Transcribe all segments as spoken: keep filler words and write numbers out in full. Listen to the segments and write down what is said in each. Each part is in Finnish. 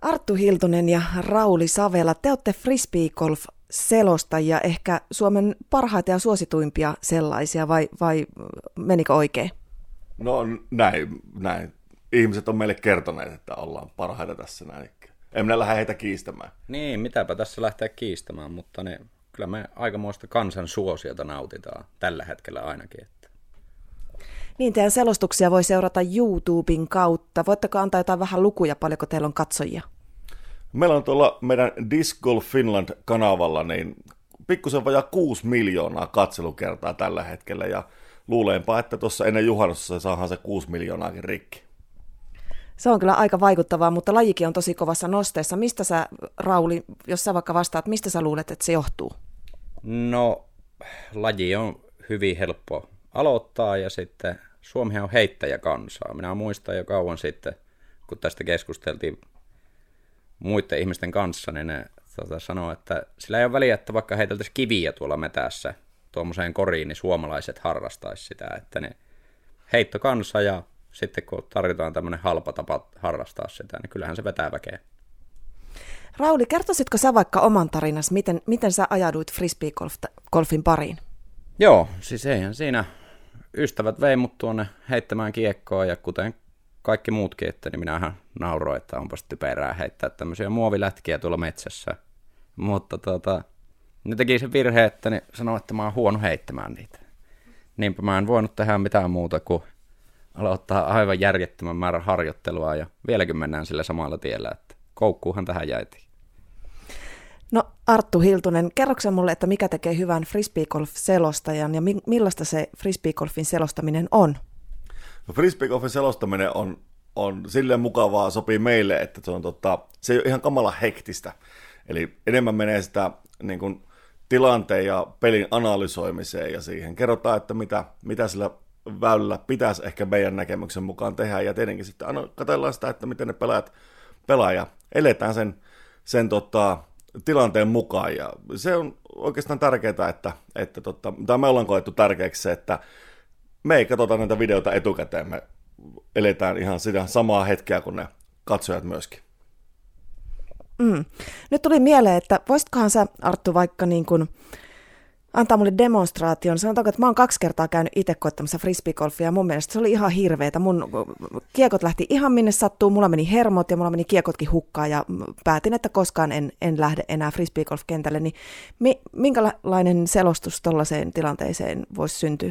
Arttu Hiltunen ja Rauli Savela, te olette frisbeegolf-selostajia, ehkä Suomen parhaita ja suosituimpia sellaisia, vai, vai menikö oikein? No näin, näin. Ihmiset on meille kertoneet, että ollaan parhaita tässä näin. En minä lähde heitä kiistämään. Niin, mitäpä tässä lähtee kiistämään, mutta ne, kyllä me aikamoista kansan suosiota nautitaan tällä hetkellä ainakin. Että. Niin, teidän selostuksia voi seurata YouTuben kautta. Voitteko antaa jotain vähän lukuja, paljonko teillä on katsojia? Meillä on tuolla meidän Disc Golf Finland-kanavalla niin pikkusen vajaa kuusi miljoonaa katselukertaa tällä hetkellä, ja luuleenpa, että tuossa ennen juhannusta saadaan se kuusi miljoonaakin rikki. Se on kyllä aika vaikuttavaa, mutta lajikin on tosi kovassa nosteessa. Mistä sä, Rauli, jos sä vaikka vastaat, mistä sä luulet, että se johtuu? No, laji on hyvin helppo aloittaa, ja sitten Suomihan on heittäjäkansaa. Minä muistan jo kauan sitten, kun tästä keskusteltiin muiden ihmisten kanssa, niin ne tota, sanoo, että sillä ei ole väliä, että vaikka heiteltäisiin kiviä tuolla metässä tuommoiseen koriin, niin suomalaiset harrastaisi sitä, että ne heittokansa, ja sitten kun tarjotaan tämmöinen halpa tapa harrastaa sitä, niin kyllähän se vetää väkeä. Rauli, kertoisitko sä vaikka oman tarinasi, miten, miten sä ajaduit frisbeegolfin pariin? Joo, siis eihän siinä ystävät vei mut tuonne heittämään kiekkoa, ja kuten kaikki muutkin, että niin minähän nauroin, että onpas typerää heittää tämmöisiä muovilätkiä tuolla metsässä. Mutta tota, ne teki sen virhe, että ne sanoi, että mä oon huono heittämään niitä. Niinpä mä en voinut tehdä mitään muuta kuin aloittaa aivan järjettömän määrän harjoittelua, ja vieläkin mennään sillä samalla tiellä, että koukkuuhan tähän jäitiin. No Arttu Hiltunen, kerroksä mulle, että mikä tekee hyvän frisbeegolf-selostajan ja mi- millaista se frisbeegolfin selostaminen on? No, frisbeegolfin selostaminen on, on silleen mukavaa, sopii meille, että se, on, tota, se ei ole ihan kamala hektistä. Eli enemmän menee sitä niin kuin, tilanteen ja pelin analysoimiseen ja siihen. Kerrotaan, että mitä, mitä sillä väylällä pitäisi ehkä meidän näkemyksen mukaan tehdä, ja tietenkin sitten aina katsellaan sitä, että miten ne pelaajat pelaa, ja eletään sen, sen tota, tilanteen mukaan, ja se on oikeastaan tärkeää, että, että tota, mitä me ollaan koettu tärkeäksi se, että me ei katsota näitä videoita etukäteen, me eletään ihan sitä samaa hetkeä kuin ne katsojat myöskin. Mm. Nyt tuli mieleen, että voisitkohan sä, Arttu, vaikka niin kuin antaa mulle demonstraation. Sanotaanko, että mä oon kaksi kertaa käynyt itse koettamassa frisbeegolfia, ja mun mielestä se oli ihan hirveetä. Mun kiekot lähti ihan minne sattuu, mulla meni hermot ja mulla meni kiekotkin hukkaan, ja päätin, että koskaan en, en lähde enää frisbeegolf-kentälle. Niin mi, minkälainen selostus tollaiseen tilanteeseen voisi syntyä?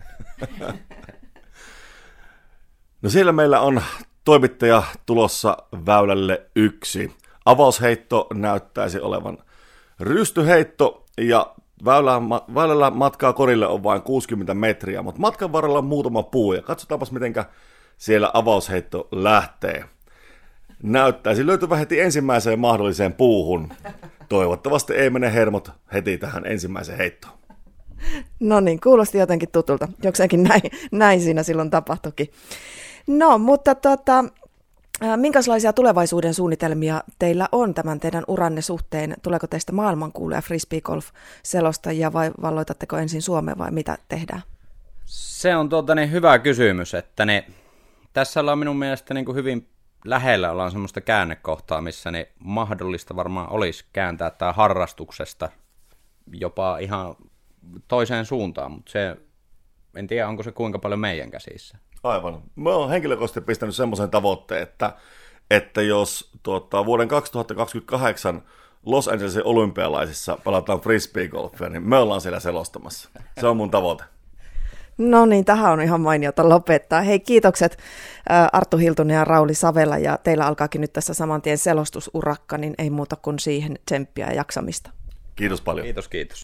No siellä meillä on toimittaja tulossa väylälle yksi. Avausheitto näyttäisi olevan rystyheitto, ja Väylä, väylällä matkaa korille on vain kuusikymmentä metriä, mutta matkan varrella on muutama puu, ja katsotaanpas mitenkä siellä avausheitto lähtee. Näyttäisi löytyvä heti ensimmäiseen mahdolliseen puuhun. Toivottavasti ei mene hermot heti tähän ensimmäiseen heittoon. No niin, kuulosti jotenkin tutulta. Jokseenkin näin, näin siinä silloin tapahtuikin. No, mutta tota, minkälaisia tulevaisuuden suunnitelmia teillä on tämän teidän uranne suhteen? Tuleeko teistä maailmankuuluja frisbeegolf-selostajia, vai valloitatteko ensin Suomeen, vai mitä tehdään? Se on tuota, niin, hyvä kysymys, että ne, tässä ollaan minun mielestä niin kuin hyvin lähellä ollaan semmoista käännekohtaa, missä ne mahdollista varmaan olisi kääntää tämä harrastuksesta jopa ihan toiseen suuntaan, mutta se, en tiedä onko se kuinka paljon meidän käsissä. Aivan. Mä oon henkilökohtaisesti pistänyt semmoisen tavoitteen, että, että jos tuota, vuoden kaksituhattakaksikymmentäkahdeksan Los Angelesin olympialaisissa pelataan frisbeegolfia, niin me ollaan siellä selostamassa. Se on mun tavoite. No niin, tähän on ihan mainiota lopettaa. Hei, kiitokset Arttu Hiltunen ja Rauli Savela, ja teillä alkaakin nyt tässä saman tien selostusurakka, niin ei muuta kuin siihen tsemppiä ja jaksamista. Kiitos paljon. Kiitos, kiitos.